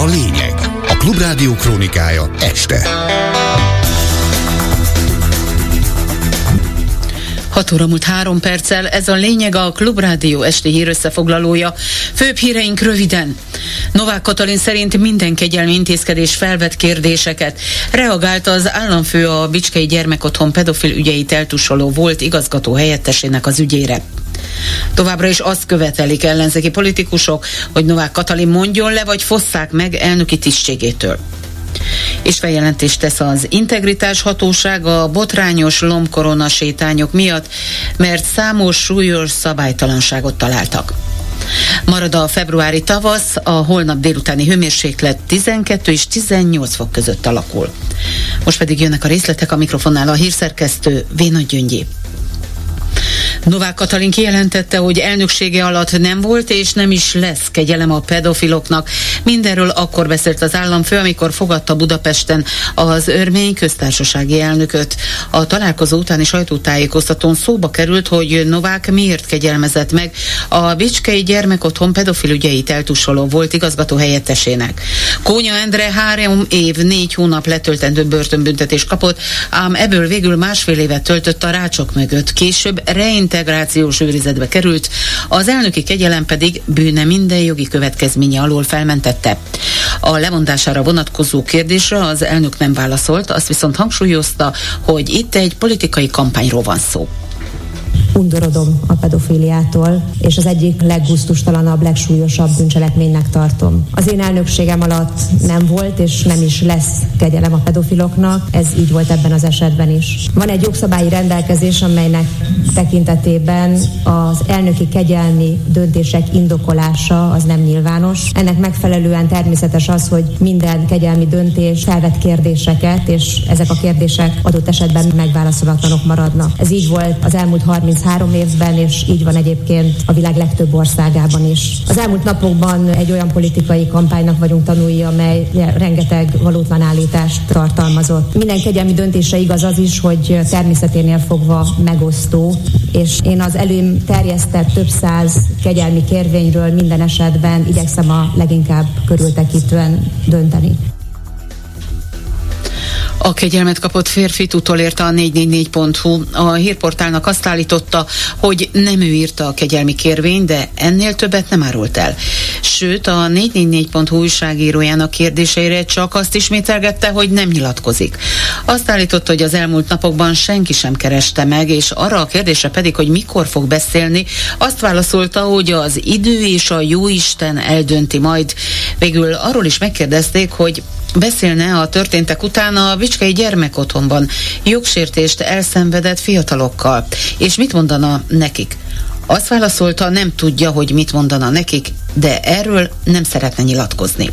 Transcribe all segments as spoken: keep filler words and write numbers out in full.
a lényeg. A Klubrádió krónikája este. hat óra múlt három perccel, ez a lényeg, a Klubrádió esti hírösszefoglalója. Főbb híreink röviden. Novák Katalin szerint minden kegyelmi intézkedés felvet kérdéseket. Reagált az államfő a Bicskei Gyermekotthon pedofil ügyeit eltussoló volt igazgató helyettesének az ügyére. Továbbra is azt követelik ellenzéki politikusok, hogy Novák Katalin mondjon le, vagy fosszák meg elnöki tisztségétől. És feljelentést tesz az Integritás Hatóság a botrányos lombkorona sétányok miatt, mert számos súlyos szabálytalanságot találtak. Marad a februári tavasz, a holnap délutáni hőmérséklet tizenkettő és tizennyolc fok között alakul. Most pedig jönnek a részletek, a mikrofonnál a hírszerkesztő Véna Gyöngyi. Novák Katalin kijelentette, hogy elnöksége alatt nem volt és nem is lesz kegyelem a pedofiloknak. Mindenről akkor beszélt az államfő, amikor fogadta Budapesten az örmény köztársasági elnököt. A találkozó utáni sajtótájékoztatón szóba került, hogy Novák miért kegyelmezett meg a Bicskei Gyermekotthon pedofil ügyeit eltussoló volt igazgató helyettesének. Kónya Endre három év, négy hónap letöltendő börtönbüntetést kapott, ám ebből végül másfél évet töltött a rácsok mögött. Később reintegrációs őrizetbe került, az elnöki kegyelem pedig bűne minden jogi következménye alól felmentette. A lemondására vonatkozó kérdésre az elnök nem válaszolt, azt viszont hangsúlyozta, hogy itt egy politikai kampányról van szó. Undorodom a pedofíliától, és az egyik leggusztustalanabb, legsúlyosabb bűncselekménynek tartom. Az én elnökségem alatt nem volt, és nem is lesz kegyelem a pedofiloknak, ez így volt ebben az esetben is. Van egy jogszabályi rendelkezés, amelynek tekintetében az elnöki kegyelmi döntések indokolása az nem nyilvános. Ennek megfelelően természetes az, hogy minden kegyelmi döntés felvet kérdéseket, és ezek a kérdések adott esetben megválaszolatlanok maradnak. Ez így volt az elmúlt harminchárom évben, és így van egyébként a világ legtöbb országában is. Az elmúlt napokban egy olyan politikai kampánynak vagyunk tanúi, amely rengeteg valótlan állítást tartalmazott. Minden kegyelmi döntése igaz az is, hogy természeténél fogva megosztó, és én az elém terjesztett több száz kegyelmi kérvényről minden esetben igyekszem a leginkább körültekintően dönteni. A kegyelmet kapott férfit utolérte a négy négy négy pont hu. A hírportálnak azt állította, hogy nem ő írta a kegyelmi kérvényt, de ennél többet nem árult el. Sőt, a négy négy négy pont hu újságírójának kérdéseire csak azt ismételgette, hogy nem nyilatkozik. Azt állította, hogy az elmúlt napokban senki sem kereste meg, és arra a kérdésre pedig, hogy mikor fog beszélni, azt válaszolta, hogy az idő és a jóisten eldönti majd. Végül arról is megkérdezték, hogy beszélne a történtek után a Bicskei Gyermekotthonban jogsértést elszenvedett fiatalokkal, és mit mondana nekik. Azt válaszolta, nem tudja, hogy mit mondana nekik, de erről nem szeretne nyilatkozni.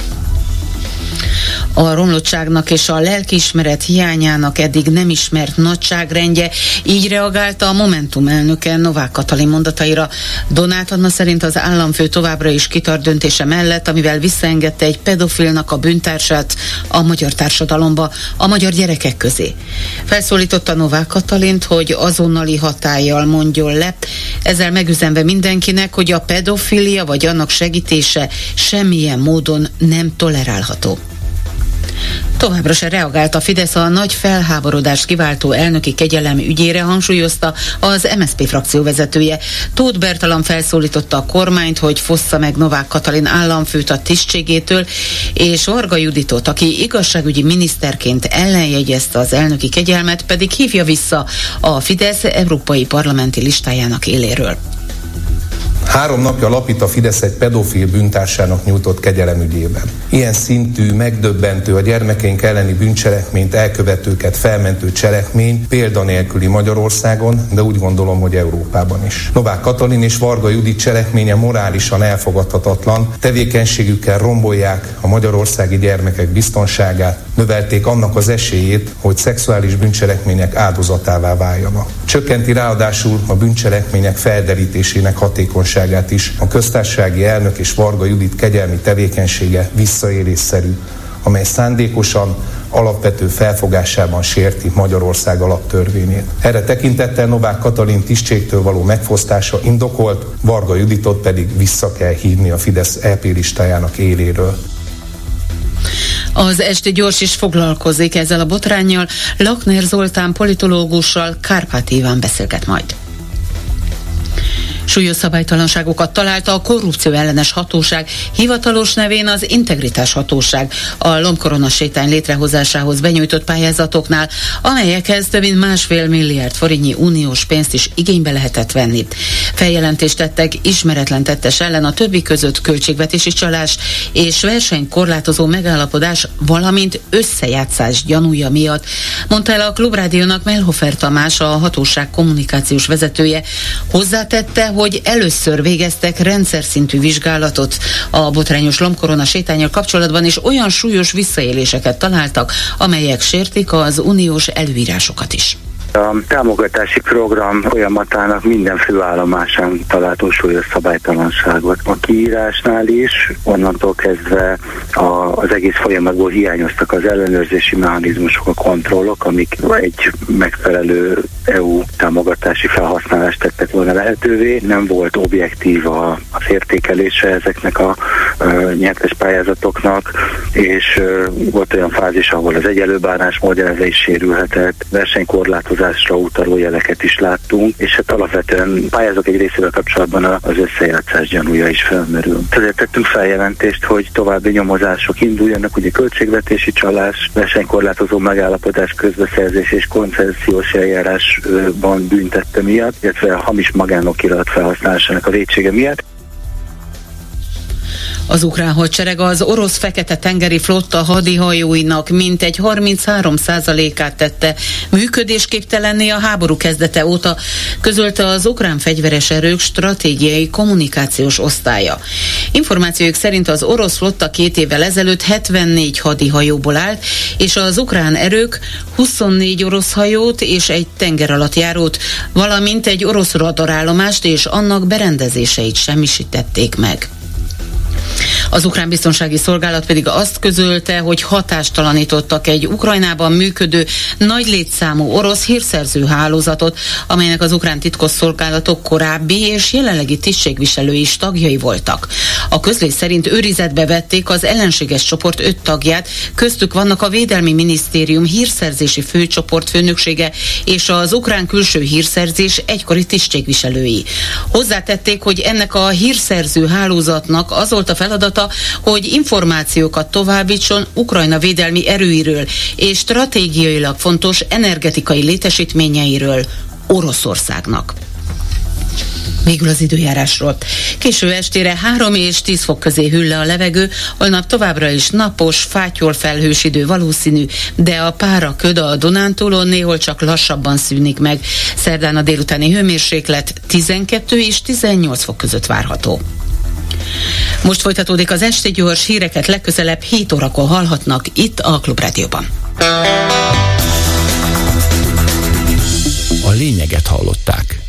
A romlottságnak és a lelkiismeret hiányának eddig nem ismert nagyságrendje, így reagálta a Momentum elnöke Novák Katalin mondataira. Donát Anna szerint az államfő továbbra is kitart döntése mellett, amivel visszaengedte egy pedofilnak a bűntársát a magyar társadalomba, a magyar gyerekek közé. Felszólította Novák Katalint, hogy azonnali hatállyal mondjon le, ezzel megüzenve mindenkinek, hogy a pedofilia vagy annak segítése semmilyen módon nem tolerálható. Továbbra se reagált a Fidesz a nagy felháborodást kiváltó elnöki kegyelem ügyére, hangsúlyozta az em es zé pé frakció vezetője. Tóth Bertalan felszólította a kormányt, hogy fossza meg Novák Katalin államfőt a tisztségétől, és Varga Juditot, aki igazságügyi miniszterként ellenjegyezte az elnöki kegyelmet, pedig hívja vissza a Fidesz európai parlamenti listájának éléről. Három napja lapít a Fidesz egy pedofil bűntársának nyújtott kegyelem ügyében. Ilyen szintű, megdöbbentő, a gyermekeink elleni bűncselekményt elkövetőket felmentő cselekmény példanélküli Magyarországon, de úgy gondolom, hogy Európában is. Novák Katalin és Varga Judit cselekménye morálisan elfogadhatatlan, tevékenységükkel rombolják a magyarországi gyermekek biztonságát, növelték annak az esélyét, hogy szexuális bűncselekmények áldozatává váljanak. Csökkenti ráadásul a bűncselekmények felderítésének hatékonyságát is. A köztársasági elnök és Varga Judit kegyelmi tevékenysége visszaélésszerű, amely szándékosan alapvető felfogásában sérti Magyarország alaptörvényét. Erre tekintettel Novák Katalin tisztségtől való megfosztása indokolt, Varga Juditot pedig vissza kell hívni a Fidesz é pé listájának éléről. Az Esti Gyors is foglalkozik ezzel a botránnyal, Lakner Zoltán politológussal Kárpát Iván beszélget majd. Súlyos szabálytalanságokat találta a korrupció ellenes hatóság, hivatalos nevén az Integritás Hatóság a lombkorona sétány létrehozásához benyújtott pályázatoknál, amelyekhez több mint másfél milliárd forintnyi uniós pénzt is igénybe lehetett venni. Feljelentést tettek ismeretlen tettes ellen a többi között költségvetési csalás és versenykorlátozó megállapodás, valamint összejátszás gyanúja miatt, mondta el a Klubrádiónak Mellhofer Tamás, a hatóság kommunikációs vezetője. Hozzátette, hogy először végeztek rendszer szintű vizsgálatot a botrányos lombkorona sétánnyal kapcsolatban, és olyan súlyos visszaéléseket találtak, amelyek sértik az uniós előírásokat is. A támogatási program folyamatának minden főállomásán találtunk súlyos szabálytalanságot. A kiírásnál is, onnantól kezdve a, az egész folyamatból hiányoztak az ellenőrzési mechanizmusok, a kontrollok, amik egy megfelelő é u támogatási felhasználást tettek volna lehetővé. Nem volt objektív a, az értékelése ezeknek a, a nyertes pályázatoknak, és volt olyan fázis, ahol az egyenlő bánásmód elve is sérülhetett, versenykorlátozás utaló jeleket is láttunk, és hát alapvetően pályázók egy részével kapcsolatban az összejátszás gyanúja is felmerül. Ezért tettünk feljelentést, hogy további nyomozások induljanak, ugye költségvetési csalás, versenykorlátozó megállapodás, közbeszerzés és koncesziós eljárásban büntette miatt, illetve a hamis magánokirat felhasználásának a vétsége miatt. Az ukrán hadsereg az orosz Fekete-tengeri flotta hadihajóinak mintegy harminchárom százalékát tette működésképtelenné a háború kezdete óta, közölte az ukrán fegyveres erők stratégiai kommunikációs osztálya. Információk szerint az orosz flotta két évvel ezelőtt hetvennégy hadihajóból állt, és az ukrán erők huszonnégy orosz hajót és egy tengeralattjárót, valamint egy orosz radarállomást és annak berendezéseit semmisítették meg. Az ukrán biztonsági szolgálat pedig azt közölte, hogy hatástalanítottak egy Ukrajnában működő nagy létszámú orosz hírszerző hálózatot, amelynek az ukrán titkosszolgálatok korábbi és jelenlegi tisztségviselői is tagjai voltak. A közlés szerint őrizetbe vették az ellenséges csoport öt tagját, köztük vannak a Védelmi Minisztérium hírszerzési főcsoport főnöksége és az ukrán külső hírszerzés egykori tisztségviselői. Hozzátették, hogy ennek a hírszerző hálózatnak az volt a feladata, hogy információkat továbbítson Ukrajna védelmi erőiről és stratégiailag fontos energetikai létesítményeiről Oroszországnak. Végül az időjárásról. Késő estére három és tíz fok közé hűl le a levegő, holnap továbbra is napos, fátyol felhős idő valószínű, de a páraköd a Dunántúlon néhol csak lassabban szűnik meg. Szerdán a délutáni hőmérséklet tizenkettő és tizennyolc fok között várható. Most folytatódik az Esti Gyors, híreket legközelebb hét órakor hallhatnak itt a Klubrádióban. A lényeget hallották.